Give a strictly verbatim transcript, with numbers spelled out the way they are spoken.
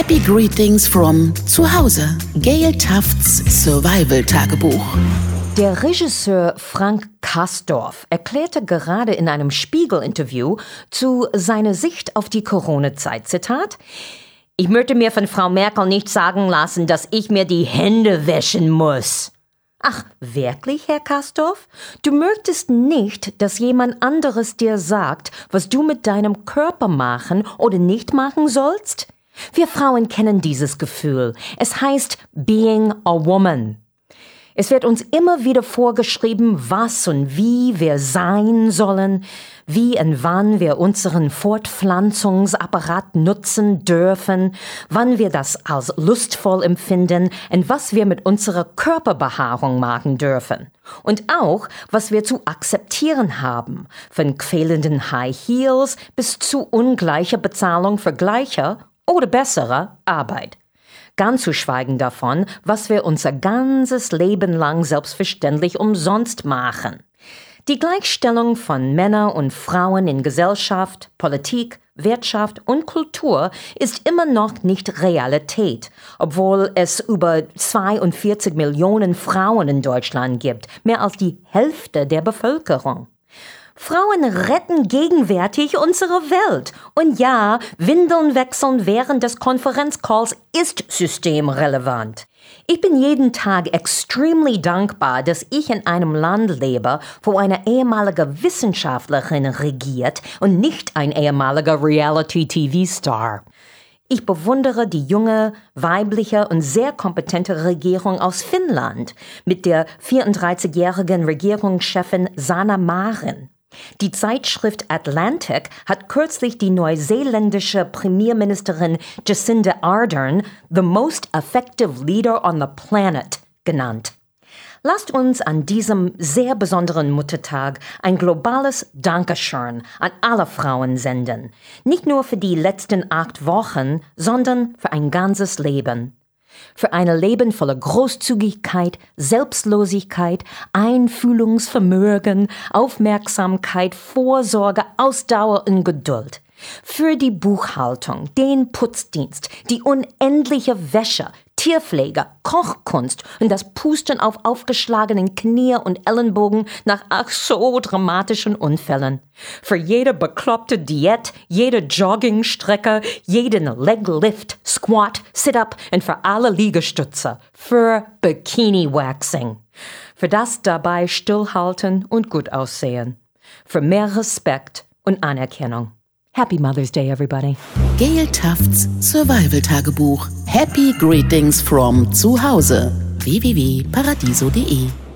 Happy Greetings from Zuhause. Gail Tufts Survival-Tagebuch. Der Regisseur Frank Kastorf erklärte gerade in einem Spiegel-Interview zu seiner Sicht auf die Corona-Zeit, Zitat: Ich möchte mir von Frau Merkel nicht sagen lassen, dass ich mir die Hände waschen muss. Ach, wirklich, Herr Kastorf? Du möchtest nicht, dass jemand anderes dir sagt, was du mit deinem Körper machen oder nicht machen sollst? Wir Frauen kennen dieses Gefühl. Es heißt being a woman. Es wird uns immer wieder vorgeschrieben, was und wie wir sein sollen, wie und wann wir unseren Fortpflanzungsapparat nutzen dürfen, wann wir das als lustvoll empfinden und was wir mit unserer Körperbehaarung machen dürfen. Und auch, was wir zu akzeptieren haben, von quälenden High Heels bis zu ungleicher Bezahlung für gleiche oder bessere Arbeit. Ganz zu schweigen davon, was wir unser ganzes Leben lang selbstverständlich umsonst machen. Die Gleichstellung von Männern und Frauen in Gesellschaft, Politik, Wirtschaft und Kultur ist immer noch nicht Realität, obwohl es über zweiundvierzig Millionen Frauen in Deutschland gibt, mehr als die Hälfte der Bevölkerung. Frauen retten gegenwärtig unsere Welt. Und ja, Windeln wechseln während des Konferenzcalls ist systemrelevant. Ich bin jeden Tag extremely dankbar, dass ich in einem Land lebe, wo eine ehemalige Wissenschaftlerin regiert und nicht ein ehemaliger Reality-T V-Star. Ich bewundere die junge, weibliche und sehr kompetente Regierung aus Finnland mit der vierunddreißigjährigen Regierungschefin Sanna Marin. Die Zeitschrift Atlantic hat kürzlich die neuseeländische Premierministerin Jacinda Ardern the most effective leader on the planet genannt. Lasst uns an diesem sehr besonderen Muttertag ein globales Dankeschön an alle Frauen senden. Nicht nur für die letzten acht Wochen, sondern für ein ganzes Leben. Für ein Leben voller Großzügigkeit, Selbstlosigkeit, Einfühlungsvermögen, Aufmerksamkeit, Vorsorge, Ausdauer und Geduld. Für die Buchhaltung, den Putzdienst, die unendliche Wäsche, Tierpflege, Kochkunst und das Pusten auf aufgeschlagenen Knie und Ellenbogen nach ach so dramatischen Unfällen. Für jede bekloppte Diät, jede Joggingstrecke, jeden Leglift, Squat, Sit-Up und für alle Liegestütze. Für Bikini-Waxing. Für das dabei Stillhalten und gut aussehen. Für mehr Respekt und Anerkennung. Happy Mother's Day, everybody. Gail Tufts Survival-Tagebuch. Happy Greetings from Zuhause. w w w punkt paradiso punkt de